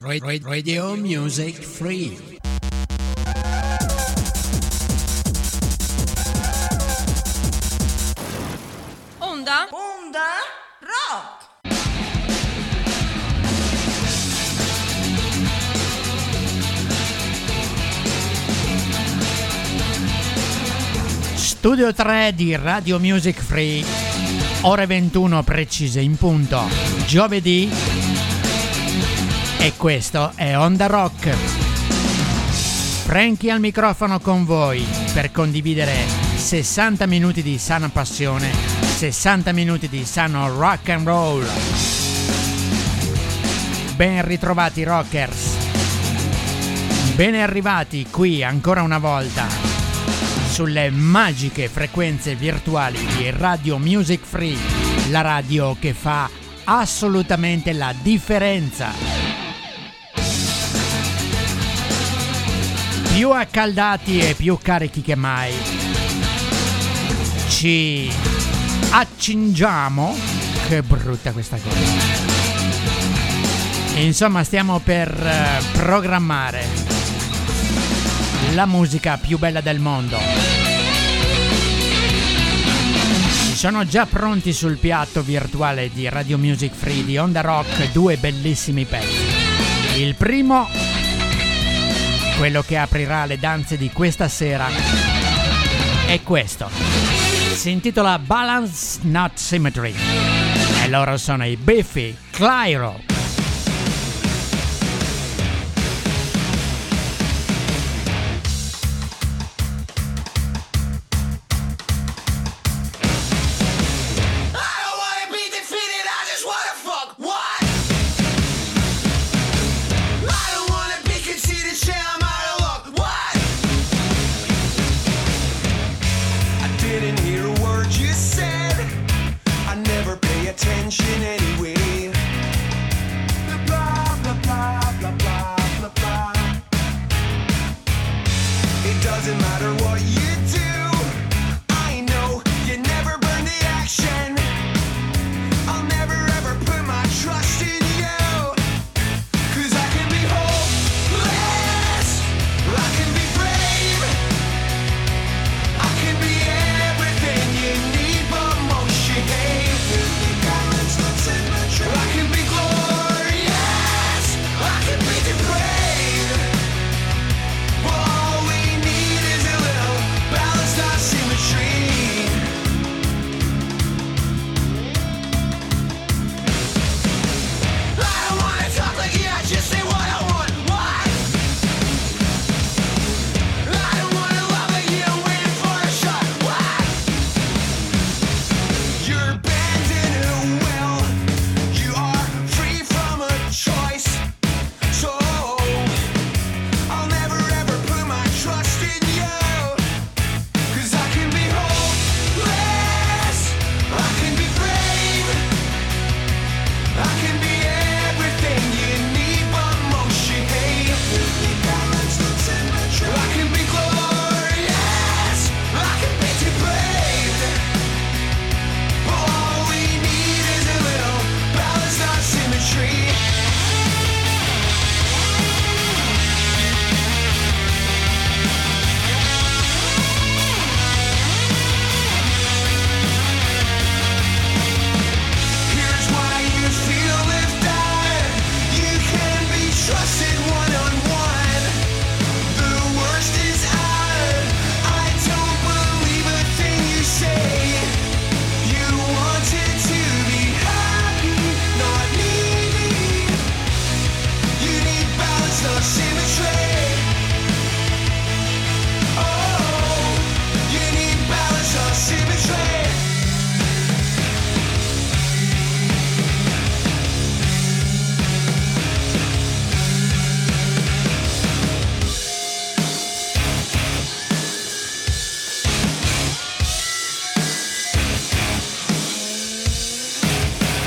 Radio Music Free. Onda Rock. Studio 3 di Radio Music Free, ore 21 precise in punto, giovedì, e questo è Onda Rock. Frankie al microfono con voi per condividere 60 minuti di sana passione, 60 minuti di sano rock and roll. Ben ritrovati rockers, ben arrivati qui ancora una volta sulle magiche frequenze virtuali di Radio Music Free, la radio che fa assolutamente la differenza. Più accaldati e più carichi che mai ci accingiamo, che brutta questa cosa, insomma stiamo per programmare la musica più bella del mondo. Sono già pronti sul piatto virtuale di Radio Music Free di Onda Rock due bellissimi pezzi. Il primo, quello che aprirà le danze di questa sera, è questo. Si intitola Balance Not Symmetry e loro sono i Biffy Clyro. Attention anyway. Blah blah blah blah blah blah blah. It doesn't matter what you do. I know you never burn the action. I'll never ever put my trust in you. 'Cause I can be hopeless, I can be brave, I can be everything you need, but most you hate. I can be glorious, I can be depraved, but all we need is a little balance, not symmetry. I don't wanna talk like you, I just say what I want. Why? I don't wanna love like you, waiting for a shot. Why? You're bending who will. You are free from a choice, so I'll never ever put my trust in you. 'Cause I can be hopeless, I can be brave, I can be everything you need, but most you hate. I can be glorious, I can be depraved, but all we need is a little balance, not symmetry. Here's why you feel left out. You can be trusted one-on-one. The worst is out. I don't believe a thing you say. You wanted to be happy, not needy. You need balance, not symmetry. Oh, you need balance, not symmetry.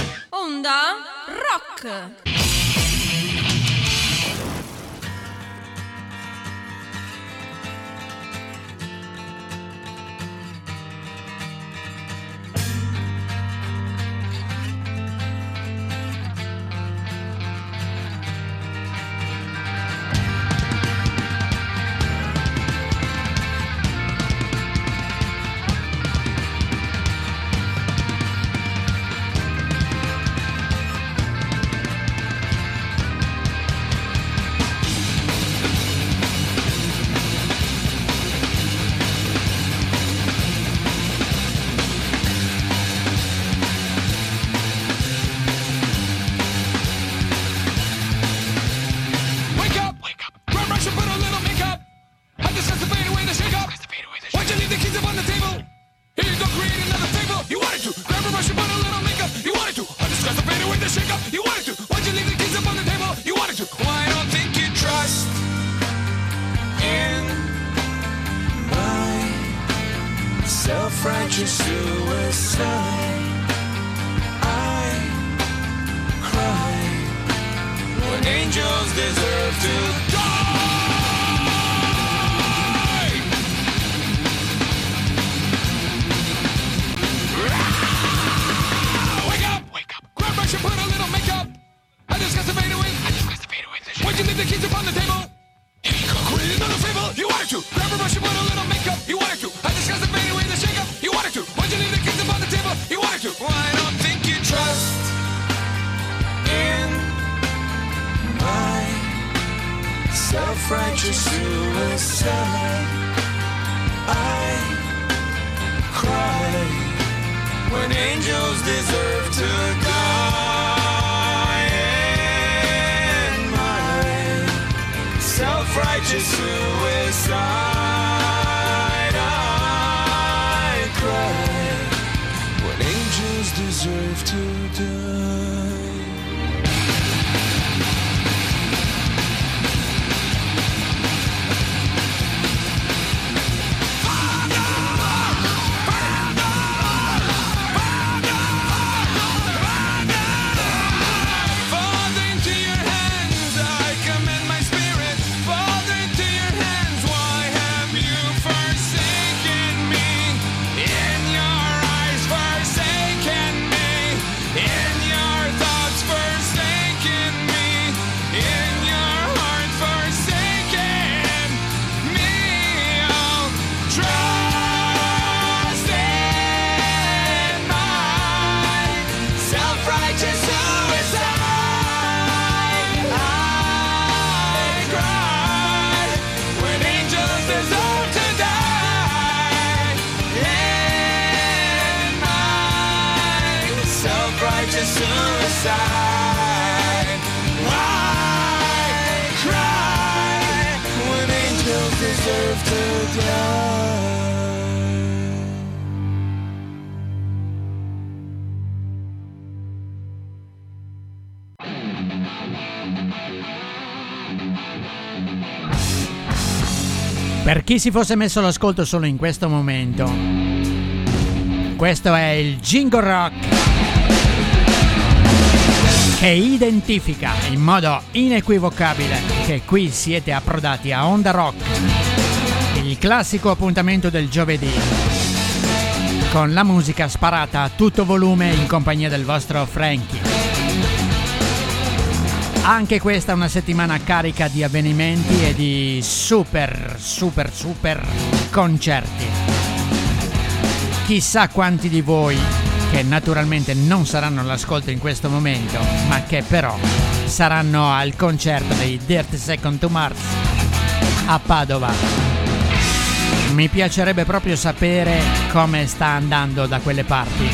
Onda Rock. self-righteous suicide. I cry when angels deserve to die. Wake up, grab brush and put a little makeup. I discussed the fade away. Why'd you leave the keys upon the table? Quit another favor. You wanted to. Grab a brush and put a little makeup. You wanted to. I discussed the fade away, the shake up. You wanted to. Why'd you leave the keys upon the table? You wanted to. Well, I don't think you trust in my self-righteous suicide. I cry when angels deserve to die. In my self-righteous suicide, I cry when angels deserve to die. Suicide. Why cry when angels deserve to die? Per chi si fosse messo all'ascolto solo in questo momento, questo è il Jingle Rock che identifica in modo inequivocabile che qui siete approdati a Onda Rock, il classico appuntamento del giovedì, con la musica sparata a tutto volume in compagnia del vostro Frankie. Anche questa è una settimana carica di avvenimenti e di super concerti. Chissà quanti di voi, che naturalmente non saranno all'ascolto in questo momento, ma che però saranno al concerto dei 30 Seconds to Mars a Padova. Mi piacerebbe proprio sapere come sta andando da quelle parti.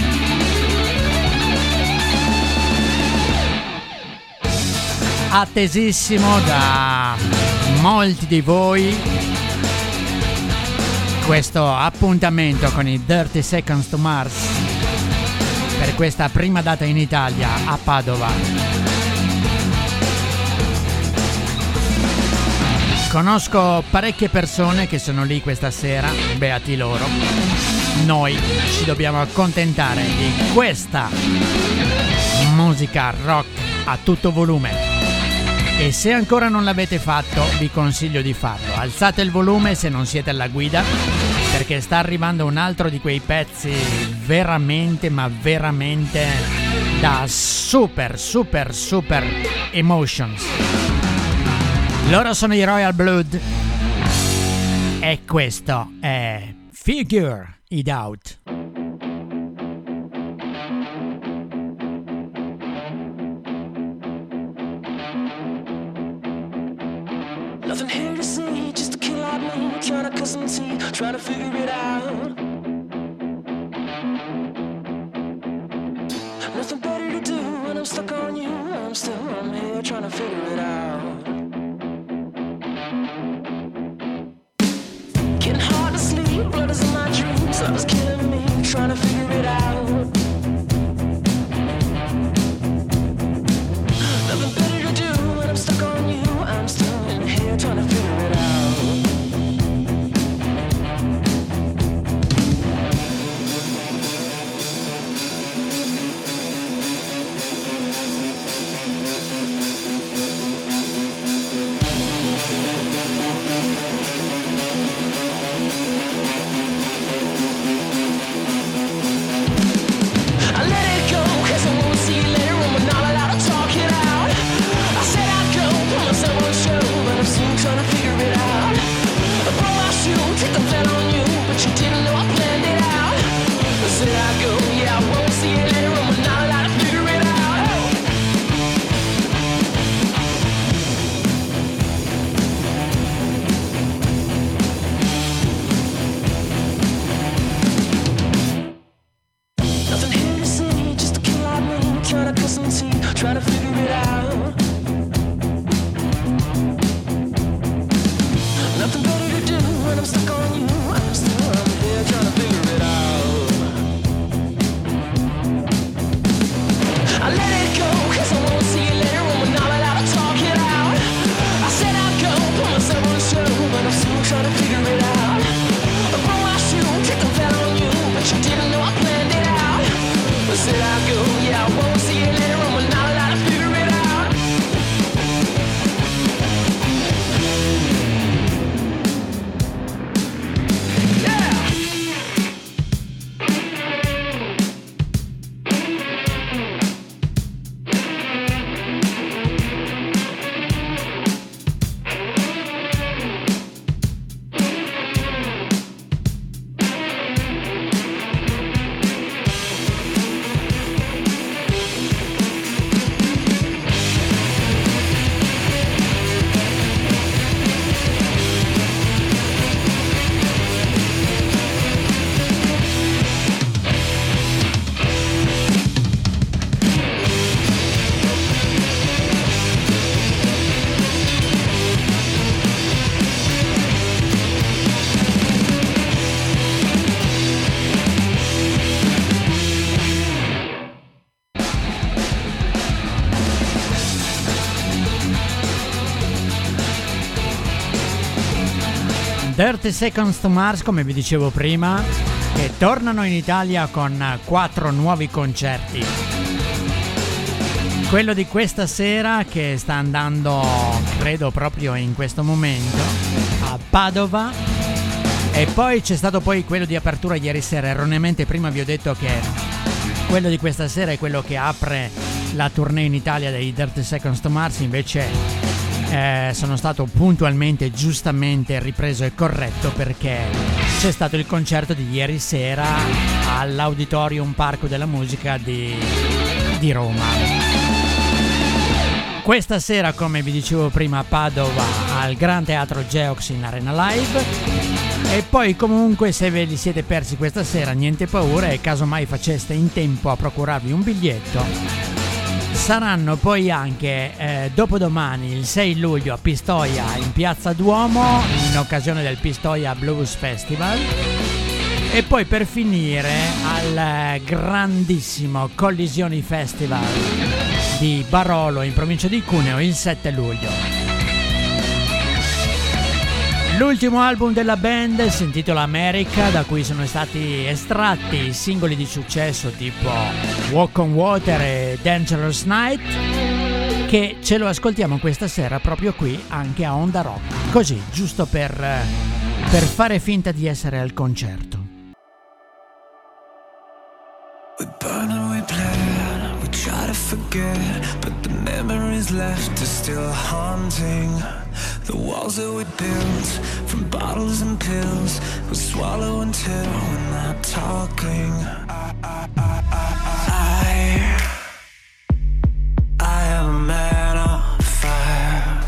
Attesissimo da molti di voi questo appuntamento con i 30 Seconds to Mars per questa prima data in Italia a Padova. Conosco parecchie persone che sono lì questa sera, beati loro. Noi ci dobbiamo accontentare di questa musica rock a tutto volume. E se ancora non l'avete fatto, vi consiglio di farlo. Alzate il volume se non siete alla guida, perché sta arrivando un altro di quei pezzi veramente, ma veramente da super emotions. Loro sono i Royal Blood e questo è Figure It Out. Nothing here to see, just a kid like me, trying to cut some teeth, trying to figure it out. Nothing better to do when I'm stuck on you. I'm here trying to figure it out. Getting hard to sleep, blood is in my dreams. Love is killing me, trying to figure it out. Nothing better to do when I'm stuck on you. I'm still in here trying to figure it out. 30 Seconds to Mars, come vi dicevo prima, che tornano in Italia con 4 nuovi concerti. Quello di questa sera, che sta andando, credo proprio in questo momento, a Padova, e poi c'è stato poi quello di apertura ieri sera. Erroneamente prima vi ho detto che quello di questa sera è quello che apre la tournée in Italia dei 30 Seconds to Mars, invece sono stato puntualmente, giustamente ripreso e corretto, perché c'è stato il concerto di ieri sera all'Auditorium Parco della Musica di Roma. Questa sera, come vi dicevo prima, a Padova al Gran Teatro Geox in Arena Live. E poi comunque, se ve li siete persi questa sera, niente paura, e casomai faceste in tempo a procurarvi un biglietto, saranno poi anche dopodomani, il 6 luglio, a Pistoia in Piazza Duomo in occasione del Pistoia Blues Festival, e poi per finire al grandissimo Collisioni Festival di Barolo in provincia di Cuneo il 7 luglio. L'ultimo album della band si intitola America, da cui sono stati estratti singoli di successo tipo Walk on Water e Dangerous Night, che ce lo ascoltiamo questa sera proprio qui anche a Onda Rock, così giusto per fare finta di essere al concerto. We burn and we plan, we try to forget, but the memories left are still haunting. The walls that we built from bottles and pills, we swallow until we're not talking. I am a man on fire.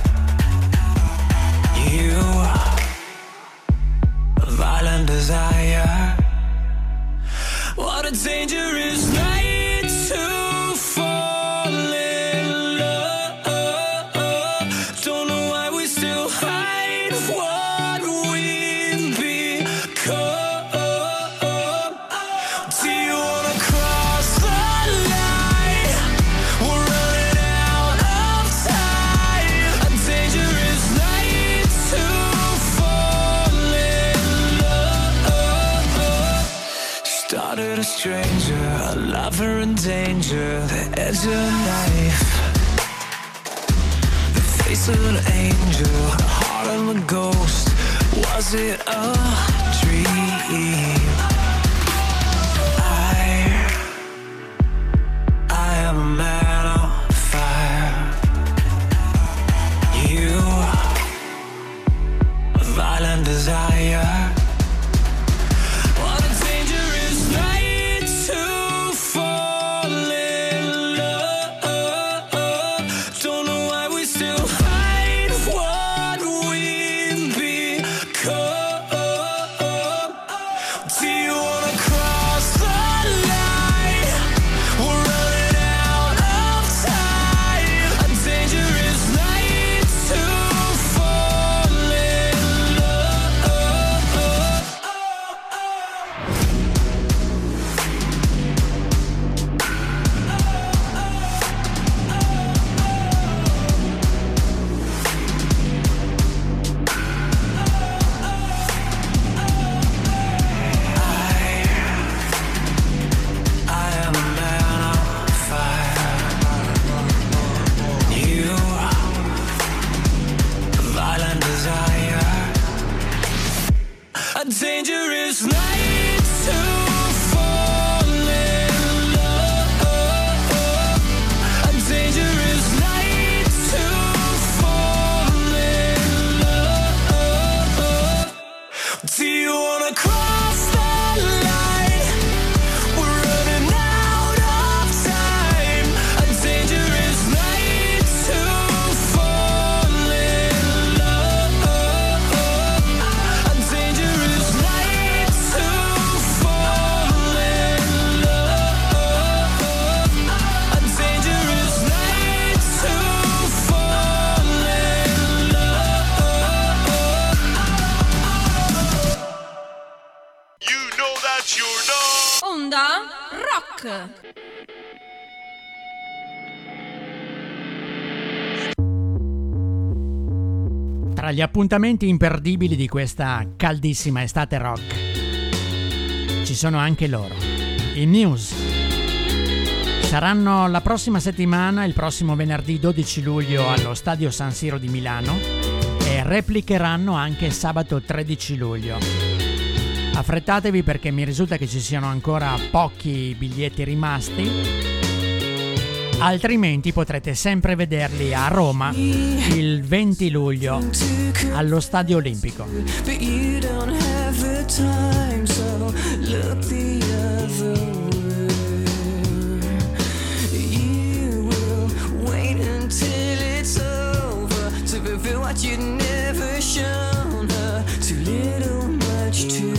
You, a violent desire. What a dangerous night to fall in love. Don't know why we still hide what we've become. Do you wanna cross the line? We're running out of time. A dangerous night to fall in love. Started a stranger, a lover in danger, the edge of a knife, the face of an angel, the heart of a ghost. Was it a dream? I am a man on fire. You, a violent desire. What a dangerous night to fall in love. Don't know why we still hide what we've become. Do you wanna cross the line? We're running out of time. A dangerous night to fall in love. I am a man on fire. You, a violent desire. A dangerous night to fall in love. A dangerous night to fall in love. Do you wanna cross the line? We're running out of time. A dangerous night to fall in love. A dangerous night to fall in love. A dangerous night to fall in love. You know that you're not. Onda Rock. Tra gli appuntamenti imperdibili di questa caldissima estate rock ci sono anche loro, i Muse. Saranno la prossima settimana, il prossimo venerdì 12 luglio allo Stadio San Siro di Milano e replicheranno anche sabato 13 luglio. Affrettatevi perché mi risulta che ci siano ancora pochi biglietti rimasti, altrimenti potrete sempre vederli a Roma il 20 luglio allo Stadio Olimpico. What you'd never shown her, too little, much too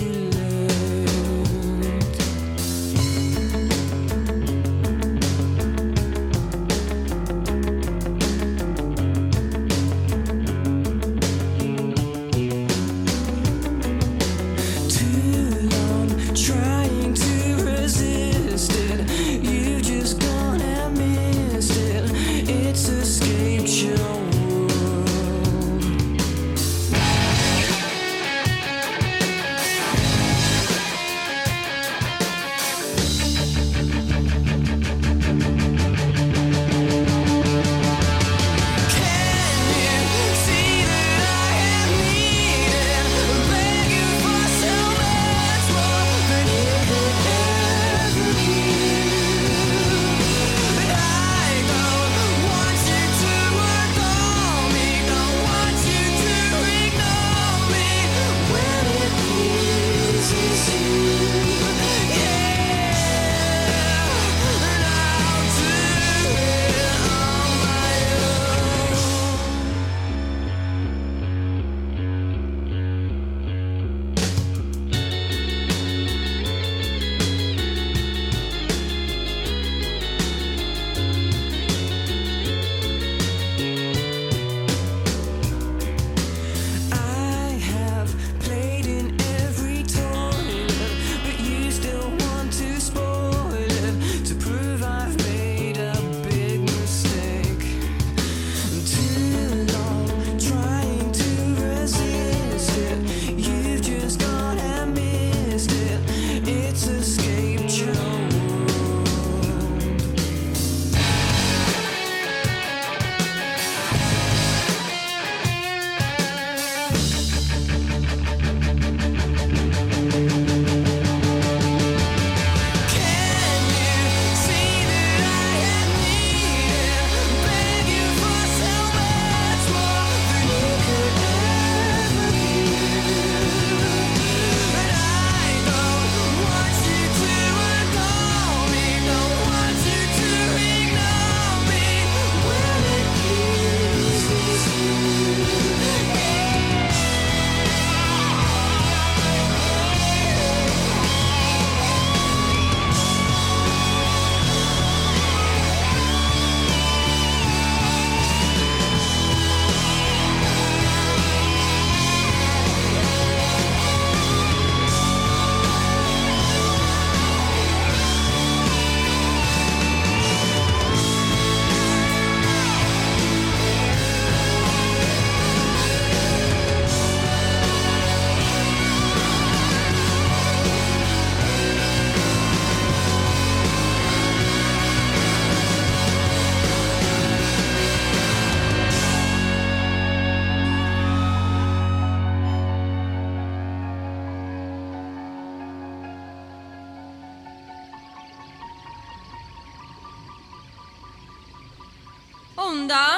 Onda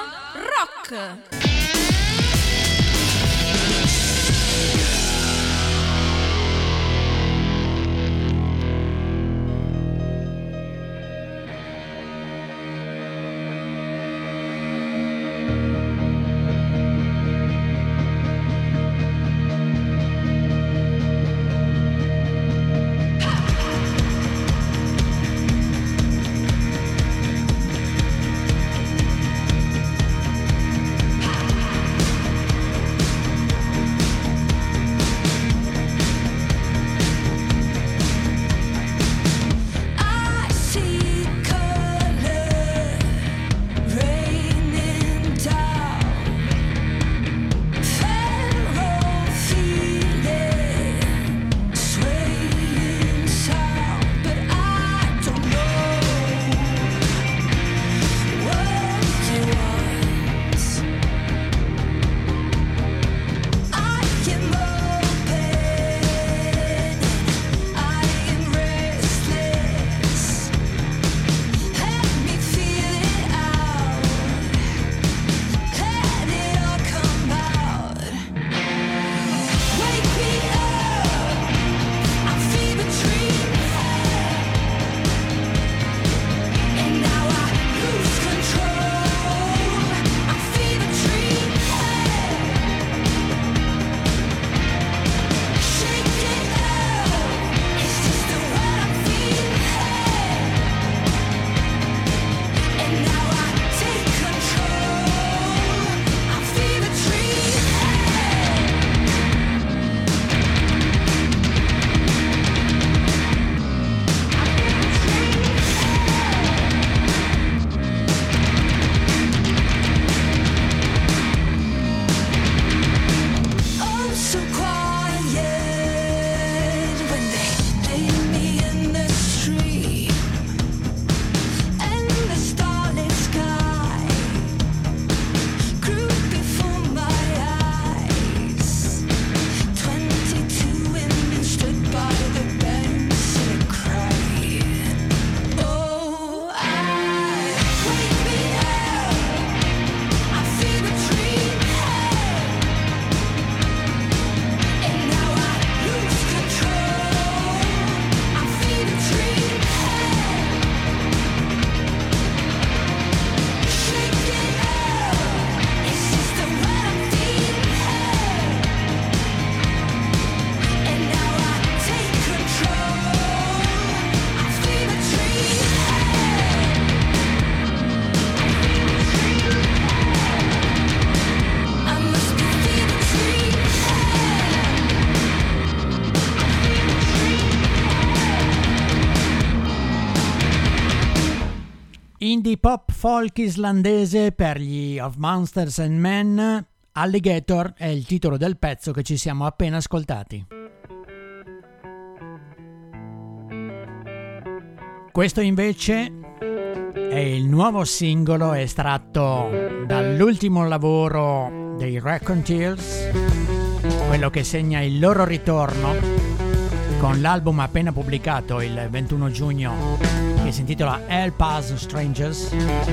Rock. indie pop folk islandese per gli Of Monsters and Men. Alligator è il titolo del pezzo che ci siamo appena ascoltati. Questo invece è il nuovo singolo estratto dall'ultimo lavoro dei Raconteurs, quello che segna il loro ritorno con l'album appena pubblicato il 21 giugno che si intitola Help Us Strangers.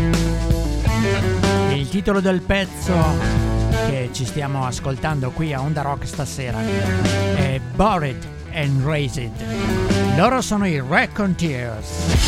Il titolo del pezzo che ci stiamo ascoltando qui a Onda Rock stasera è Buried and Raised. Loro sono i Raconteurs.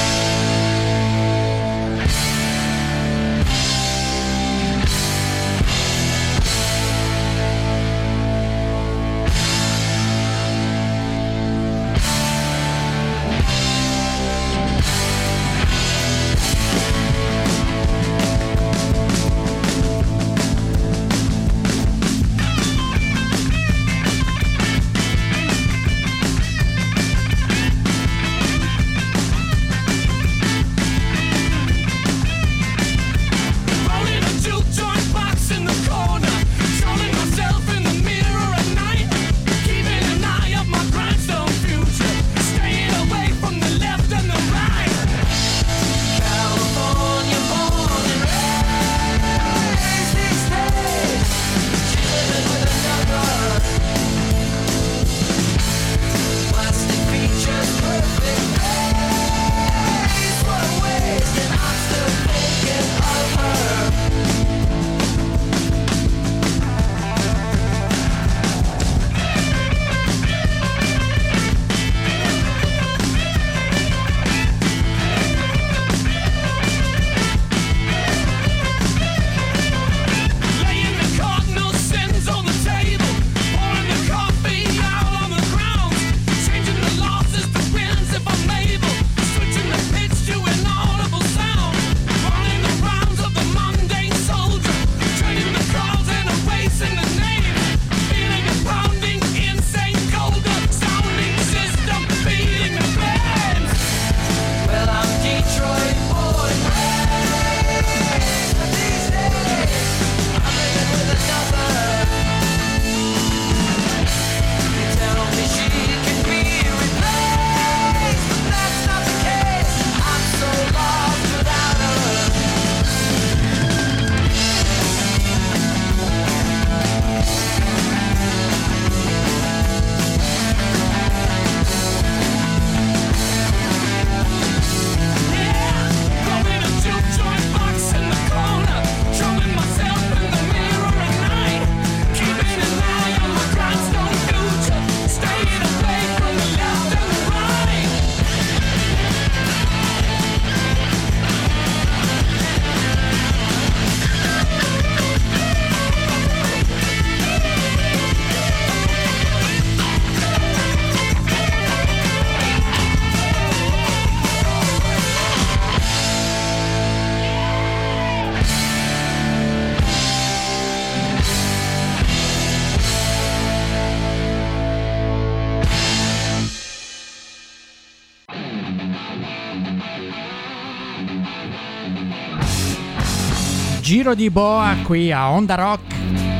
Giro di boa qui a Onda Rock,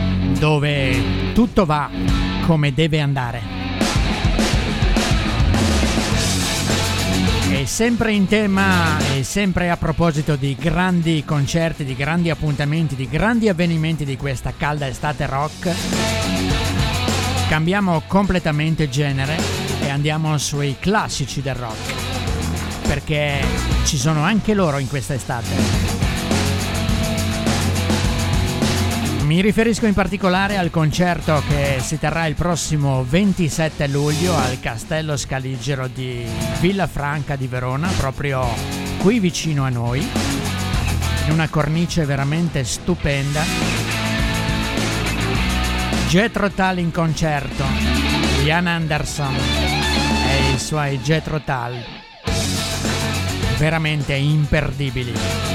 dove tutto va come deve andare. E sempre in tema e sempre a proposito di grandi concerti, di grandi appuntamenti, di grandi avvenimenti di questa calda estate rock, cambiamo completamente genere e andiamo sui classici del rock, perché ci sono anche loro in questa estate. Mi riferisco in particolare al concerto che si terrà il prossimo 27 luglio al Castello Scaligero di Villafranca di Verona, proprio qui vicino a noi, in una cornice veramente stupenda. Jethro Tull in concerto, Ian Anderson e i suoi Jethro Tull, veramente imperdibili.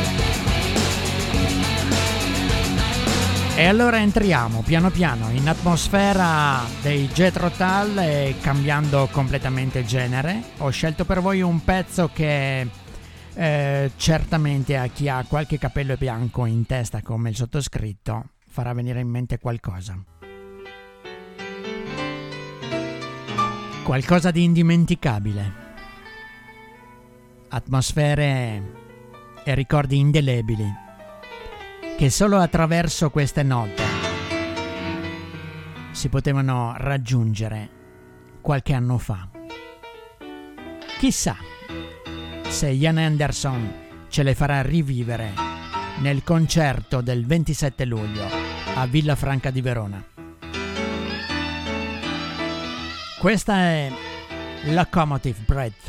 E allora entriamo piano piano in atmosfera dei Jethro Tull e cambiando completamente genere. Ho scelto per voi un pezzo che certamente a chi ha qualche capello bianco in testa come il sottoscritto farà venire in mente qualcosa. Qualcosa di indimenticabile. Atmosfere e ricordi indelebili che solo attraverso queste note si potevano raggiungere qualche anno fa. Chissà se Ian Anderson ce le farà rivivere nel concerto del 27 luglio a Villafranca di Verona. Questa è Locomotive Breath.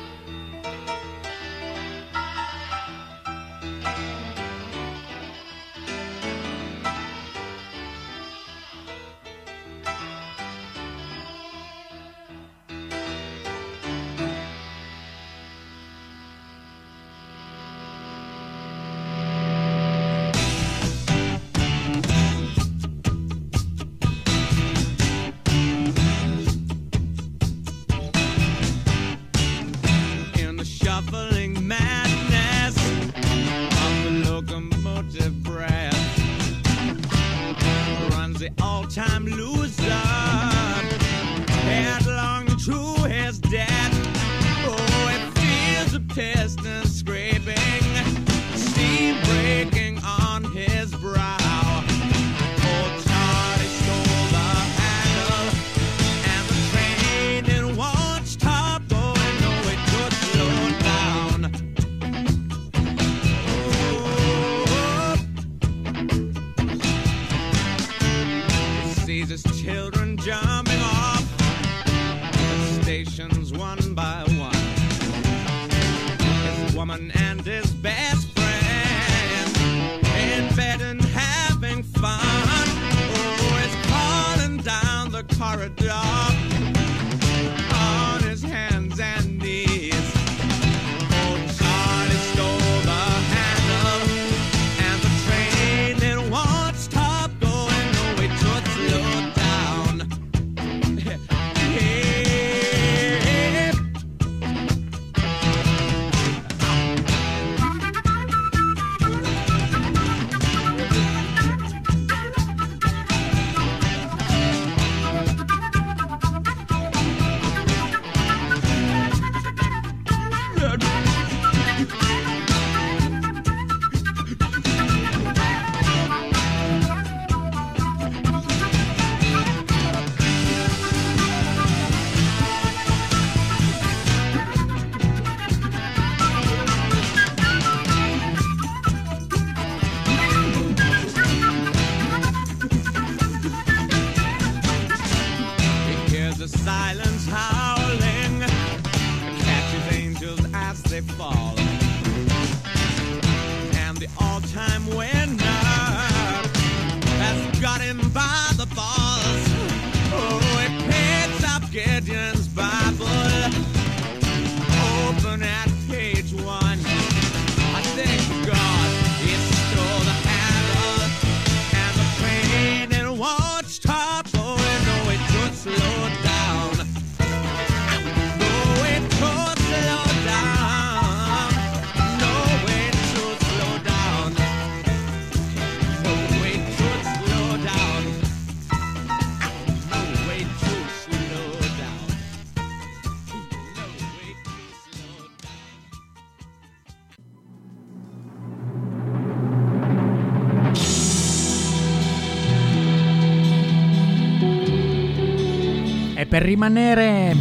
Per rimanere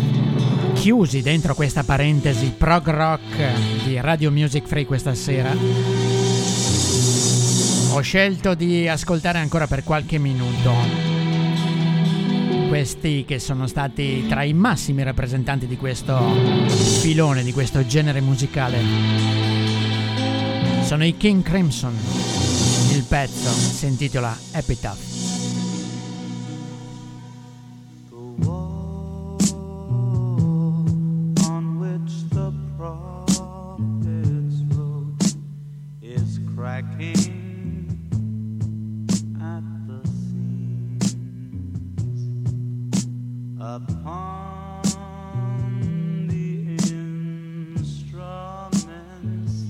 chiusi dentro questa parentesi prog rock di Radio Music Free questa sera, ho scelto di ascoltare ancora per qualche minuto questi che sono stati tra i massimi rappresentanti di questo filone, di questo genere musicale. Sono i King Crimson. Il pezzo si intitola Epitaph. Upon the instruments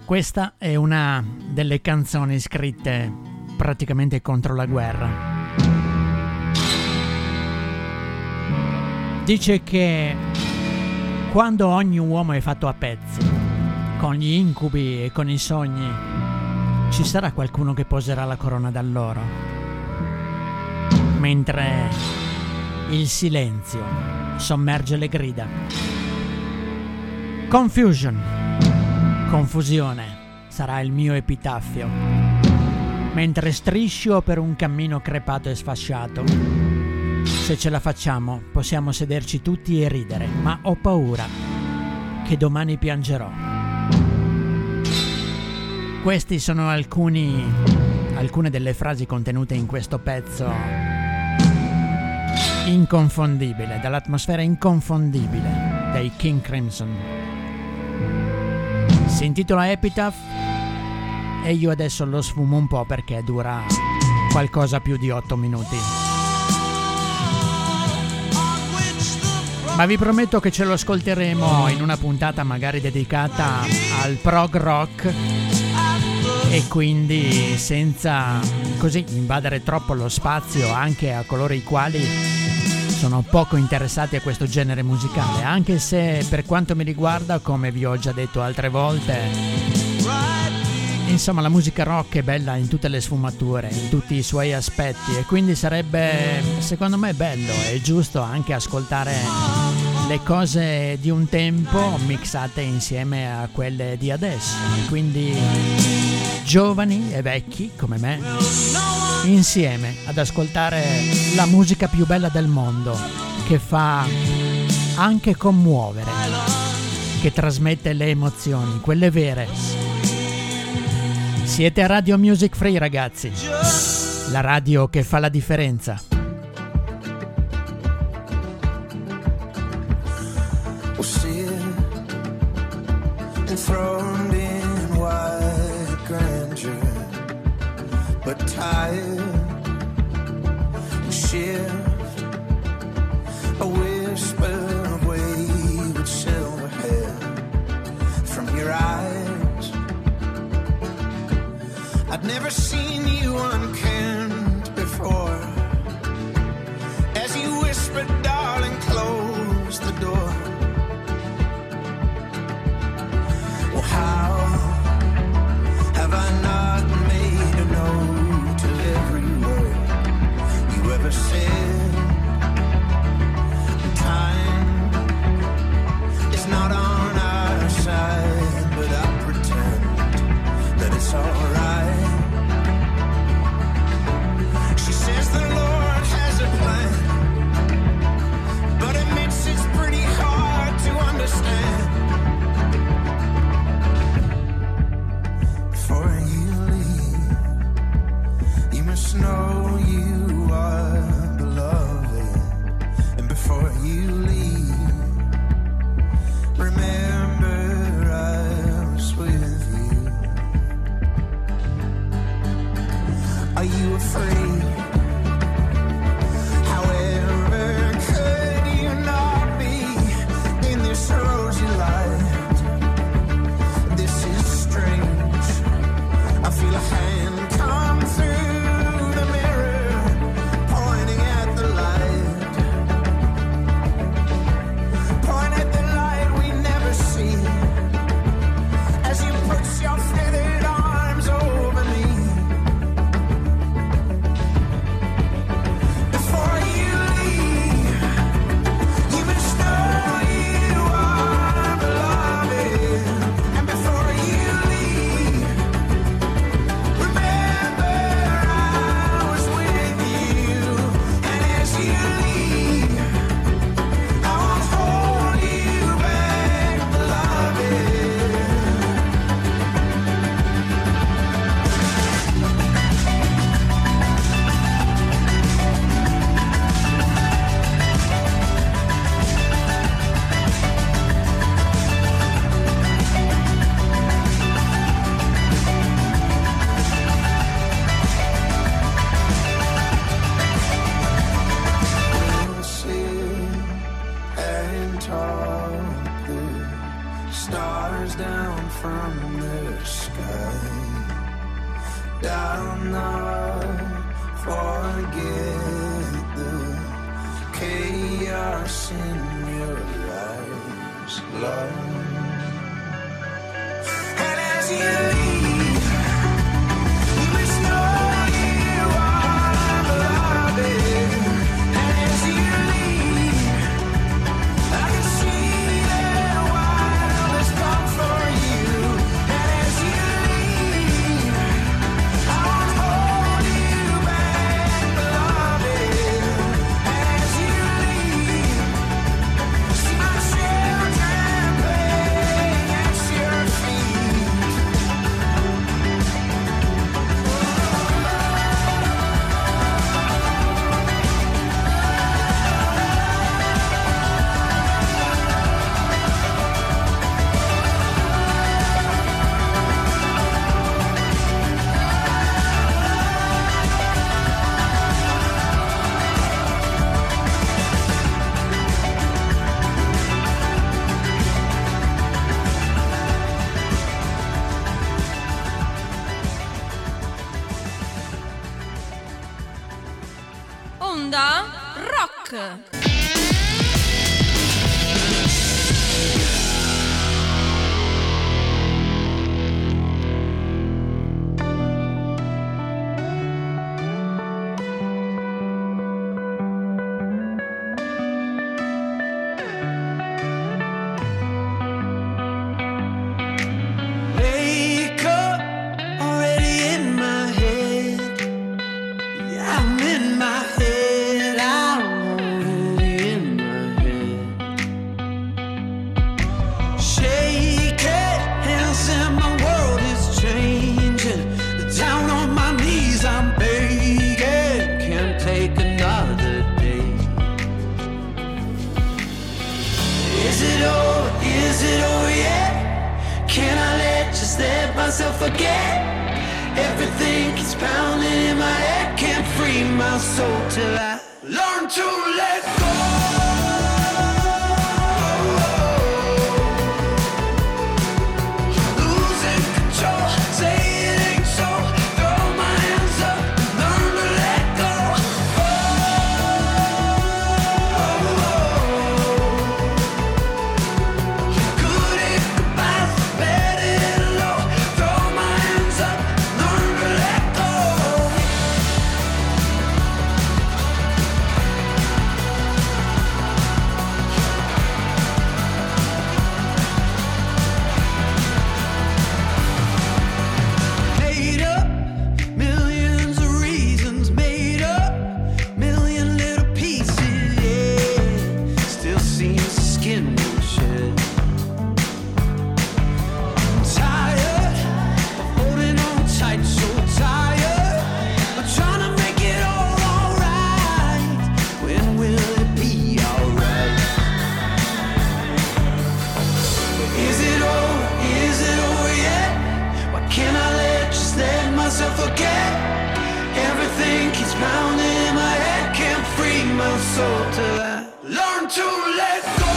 Questa è una delle canzoni scritte praticamente contro la guerra. Dice che quando ogni uomo è fatto a pezzi, con gli incubi e con i sogni, ci sarà qualcuno che poserà la corona d'alloro, mentre il silenzio sommerge le grida. Confusione sarà il mio epitaffio, mentre striscio per un cammino crepato e sfasciato. Se ce la facciamo, possiamo sederci tutti e ridere, ma ho paura che domani piangerò. Questi sono alcune delle frasi contenute in questo pezzo inconfondibile, dall'atmosfera inconfondibile dei King Crimson. Si intitola Epitaph e io adesso lo sfumo un po' perché dura qualcosa più di 8 minuti. Ma vi prometto che ce lo ascolteremo in una puntata magari dedicata al prog rock e quindi senza così invadere troppo lo spazio anche a coloro i quali sono poco interessati a questo genere musicale, anche se per quanto mi riguarda, come vi ho già detto altre volte, insomma la musica rock è bella in tutte le sfumature, in tutti i suoi aspetti, e quindi sarebbe secondo me bello e giusto anche ascoltare le cose di un tempo mixate insieme a quelle di adesso, quindi giovani e vecchi come me insieme ad ascoltare la musica più bella del mondo, che fa anche commuovere, che trasmette le emozioni, quelle vere. Siete a Radio Music Free, ragazzi, la radio che fa la differenza. Enthroned in white grandeur, but tired, shift a whisper of wayward silver hair from your eyes. I'd never seen you unkempt before. As you whispered, darling, close the door. How have I not made a note of every word you ever said? Time is not on our side, but I pretend that it's alright. She says the Lord has a plan, but admits it's pretty hard to understand. Know you are beloved, and before you leave, remember I was with you. Are you afraid? However, could you not be in this rosy light? This is strange. I feel a hand come through. from the sky. I'll not forget the chaos in your eyes, love. And as you leave, there's no you are loving. And as you leave, I can see the wildest come for you. And as you leave, I won't hold you back, beloved. And as you leave, see my children playing at your feet. Onda Rock. Wake up, already in my head. Yeah, I'm in my head. I'm already in my head. Shake it, hands and my world is changing. Down on my knees, I'm begging. Can't take another day. Is it over? Is it over yet? Can I just let myself forget? Everything keeps pounding in my head. Can't free my soul till I learn to let go. Losing control, say it ain't so. Throw my hands up, learn to let go. Good and goodbyes, bad and low. Throw my hands up, learn to let go. Made up, millions of reasons. Made up, million little pieces, yeah. Still seems the skin won't shed. Tired of holding on tight, so tired of trying to make it all alright. When will it be alright? Is it over? Is it over yet? Why can't I just let myself forget? Everything keeps pounding in my head. Can't free my soul till I learn to let go.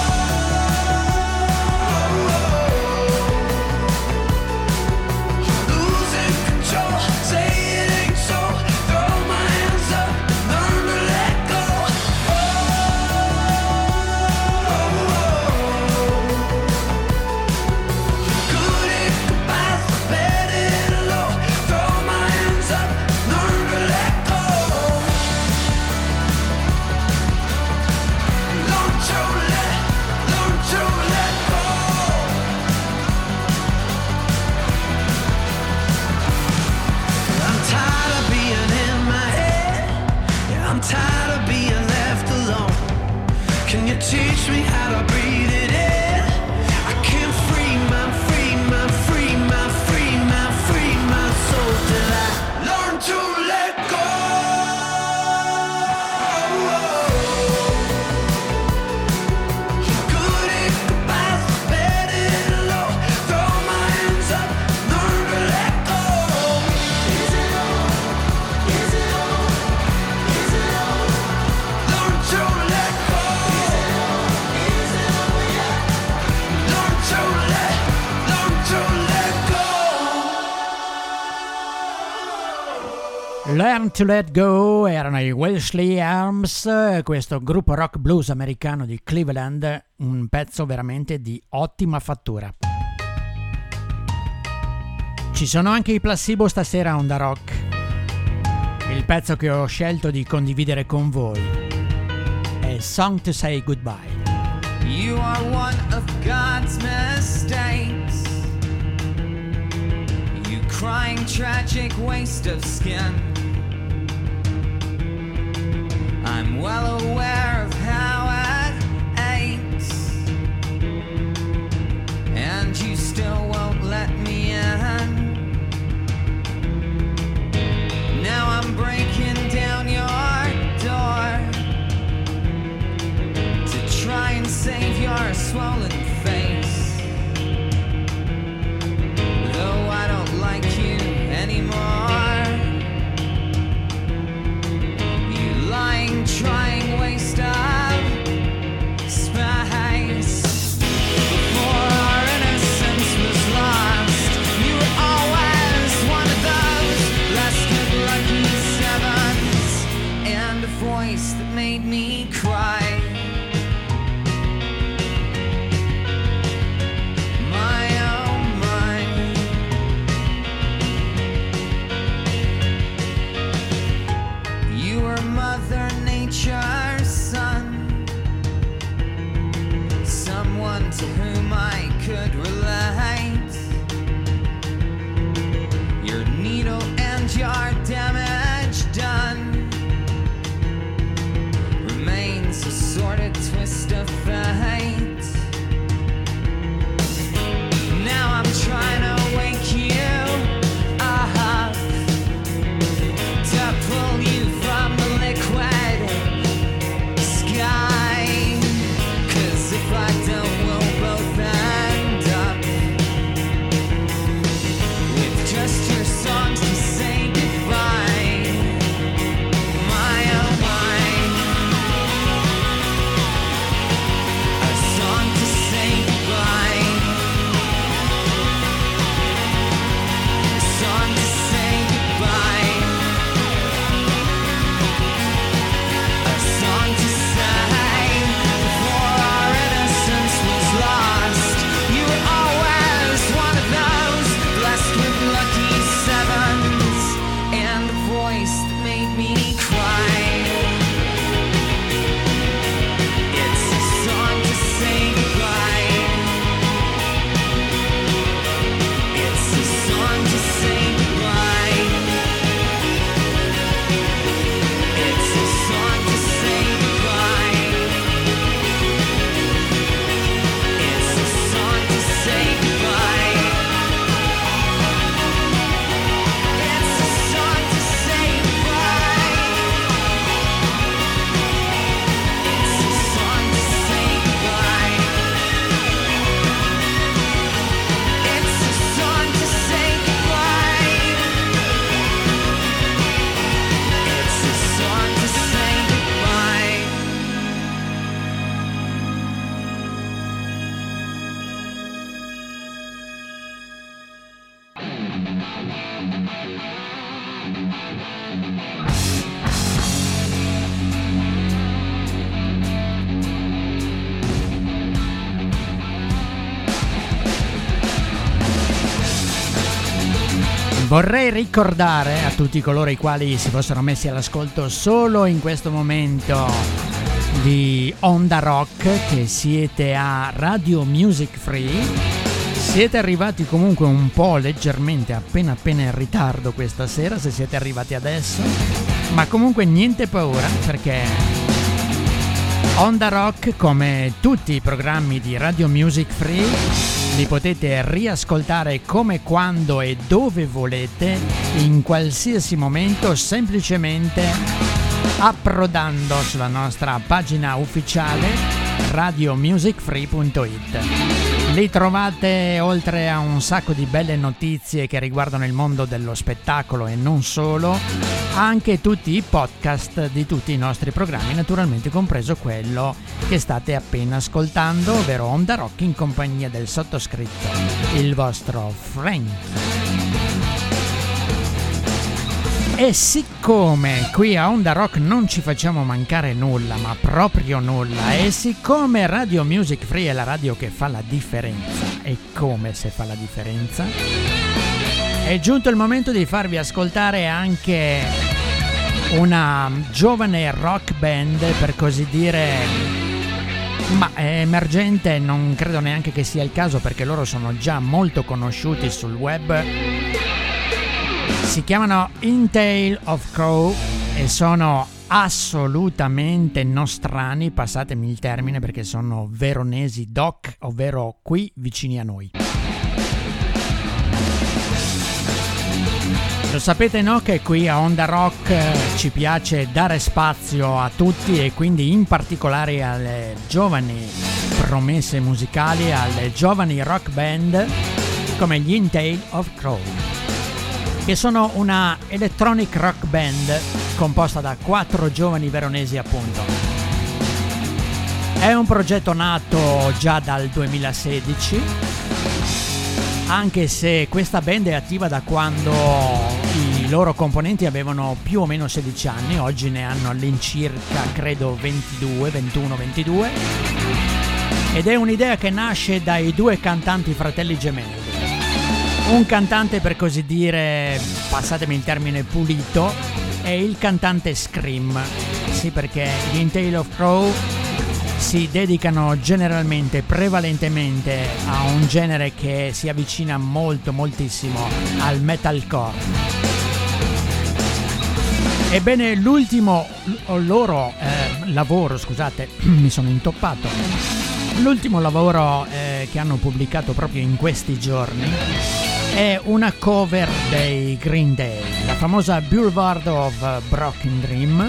Losing control, say it ain't so. Throw my hands up, learn to let go. Good and goodbyes, bad and low. Throw my hands up, learn to let go. Learn to let go. I'm tired of being in my head. Yeah, I'm tired of being left alone. Can you teach me how to breathe it in? I can't free my soul till I learn to let go. Good and goodbyes, bad and low. Throw my hands up, learn to let go. Is it over? Is it over? Is it over? Learn to let go. Is it over? Is it over yet? Learn to Let Go erano i Wellesley Arms, questo gruppo rock blues americano di Cleveland, un pezzo veramente di ottima fattura. Ci sono anche i Placebo stasera a Onda Rock. Il pezzo che ho scelto di condividere con voi è Song to Say Goodbye. You are one of God's mistakes. You crying tragic waste of skin. I'm well aware of how it aches, and you still won't let me in. Now I'm breaking down your door to try and save your swollen face, though I don't like you anymore. You lying, trying waste of space. Before our innocence was lost, you were always one of those less good lucky sevens, and a voice that made me cry. Mother Nature's son, someone to whom I could relate. Your needle and your damage done remains a sordid twist of fate. Now I'm trying to wake you up, to pull you from the liquid sky, 'cause if I don't, we'll both end up with just your songs to say goodbye. My oh my, a song to say goodbye, a song to say goodbye. Song to say, before our innocence was lost, you were always one of those blessed with lucky sevens, and a voice that made me cry. It's a song to say goodbye. It's a song to say goodbye. It's a song to say goodbye. It's a song to say goodbye. It's a song to say goodbye. It's a song to say goodbye. It's a song to say goodbye. It's a song to say goodbye. Vorrei ricordare a tutti coloro i quali si fossero messi all'ascolto solo in questo momento di Onda Rock che siete a Radio Music Free. Siete arrivati comunque un po' leggermente appena in ritardo questa sera, se siete arrivati adesso, ma comunque niente paura, perché Onda Rock, come tutti i programmi di Radio Music Free, li potete riascoltare come, quando e dove volete, in qualsiasi momento, semplicemente approdando sulla nostra pagina ufficiale radiomusicfree.it. Lì trovate, oltre a un sacco di belle notizie che riguardano il mondo dello spettacolo e non solo, anche tutti i podcast di tutti i nostri programmi, naturalmente compreso quello che state appena ascoltando, ovvero Onda Rock in compagnia del sottoscritto, il vostro Frank. E siccome qui a Onda Rock non ci facciamo mancare nulla, ma proprio nulla, e siccome Radio Music Free è la radio che fa la differenza, e come se fa la differenza, è giunto il momento di farvi ascoltare anche una giovane rock band, per così dire, ma è emergente, non credo neanche che sia il caso perché loro sono già molto conosciuti sul web. Si chiamano In Tail of Crow e sono assolutamente nostrani, passatemi il termine, perché sono veronesi doc, ovvero qui vicini a noi. Lo sapete, no, che qui a Onda Rock ci piace dare spazio a tutti e quindi in particolare alle giovani promesse musicali, alle giovani rock band come gli In Tail of Crow, che sono una electronic rock band composta da 4 giovani veronesi, appunto. È un progetto nato già dal 2016, anche se questa band è attiva da quando i loro componenti avevano più o meno 16 anni, oggi ne hanno all'incirca credo 21-22, ed è un'idea che nasce dai 2 cantanti fratelli gemelli. Un cantante, per così dire, passatemi il termine, pulito, è il cantante scream. Sì, perché gli In Tail of Crow si dedicano generalmente, prevalentemente, a un genere che si avvicina moltissimo al metalcore. Ebbene, l'ultimo loro lavoro, scusate, mi sono intoppato. L'ultimo lavoro che hanno pubblicato proprio in questi giorni è una cover dei Green Day, la famosa Boulevard of Broken Dream,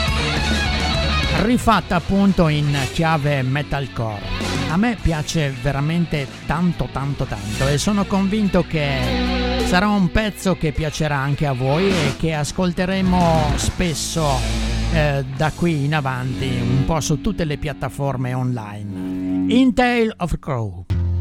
rifatta appunto in chiave metalcore. A me piace veramente tanto e sono convinto che sarà un pezzo che piacerà anche a voi e che ascolteremo spesso da qui in avanti, un po' su tutte le piattaforme online. In Tail of Crow.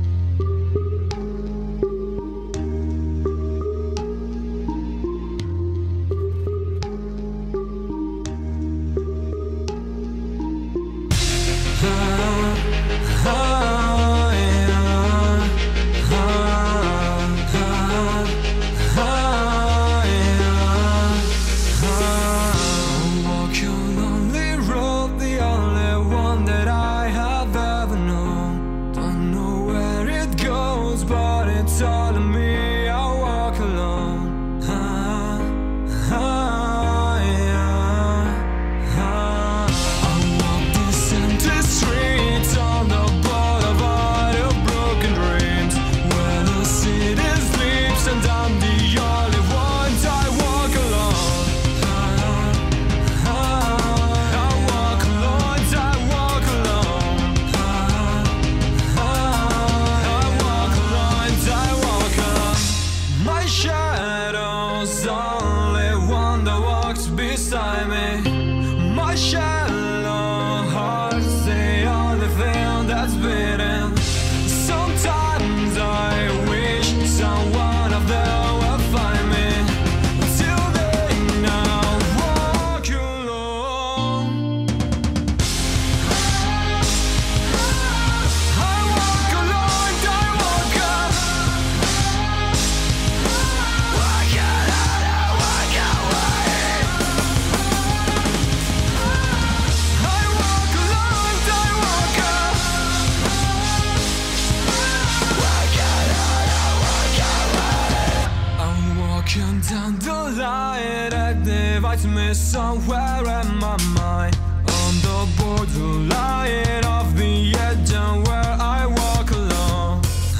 Somewhere in my mind, on the borderline of the edge, and where I walk alone.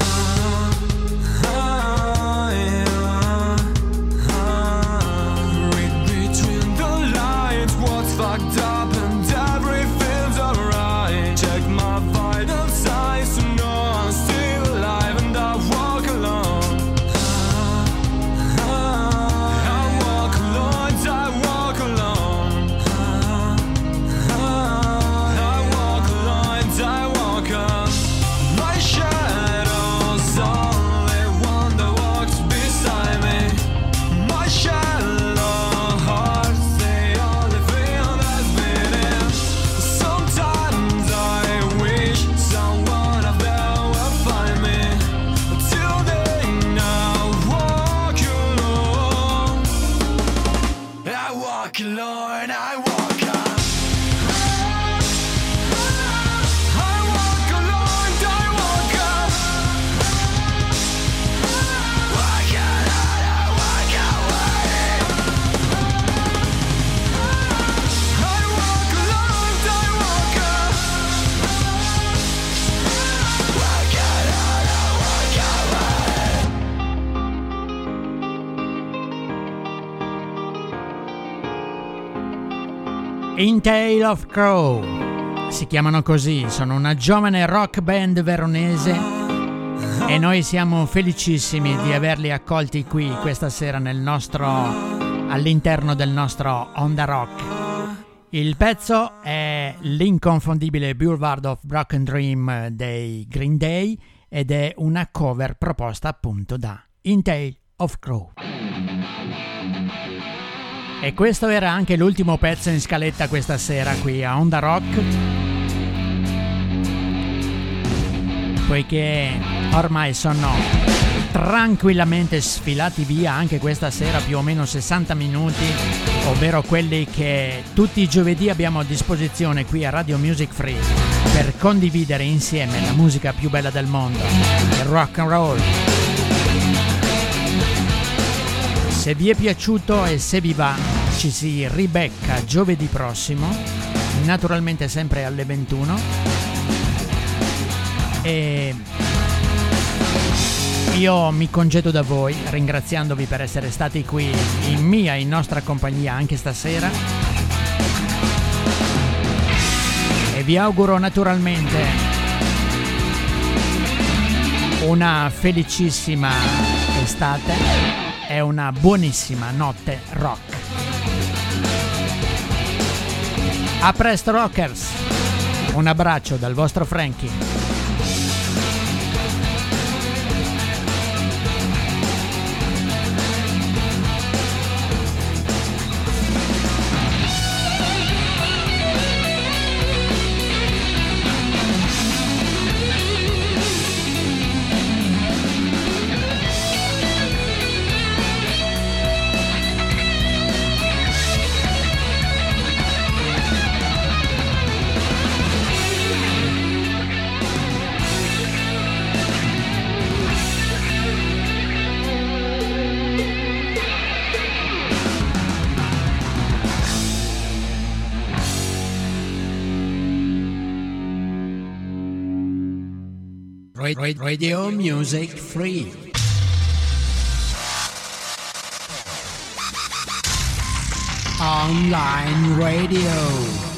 Read between the lines, what's fucked up and everything's alright. Check my vital signs to know I'm still alive, and I walk alone. I walk alone. In Tail of Crow, si chiamano così, sono una giovane rock band veronese e noi siamo felicissimi di averli accolti qui questa sera all'interno del nostro Onda Rock. Il pezzo è l'inconfondibile Boulevard of Broken Dream dei Green Day ed è una cover proposta appunto da In Tail of Crow. E questo era anche l'ultimo pezzo in scaletta questa sera qui a Onda Rock, poiché ormai sono tranquillamente sfilati via anche questa sera più o meno 60 minuti, ovvero quelli che tutti i giovedì abbiamo a disposizione qui a Radio Music Free per condividere insieme la musica più bella del mondo, il rock and roll. Se vi è piaciuto e se vi va, ci si ribecca giovedì prossimo, naturalmente sempre alle 21. E io mi congedo da voi, ringraziandovi per essere stati qui in nostra compagnia anche stasera. E vi auguro naturalmente una felicissima estate e una buonissima notte rock. A presto rockers, un abbraccio dal vostro Frankie. Radio Music Free. Online radio.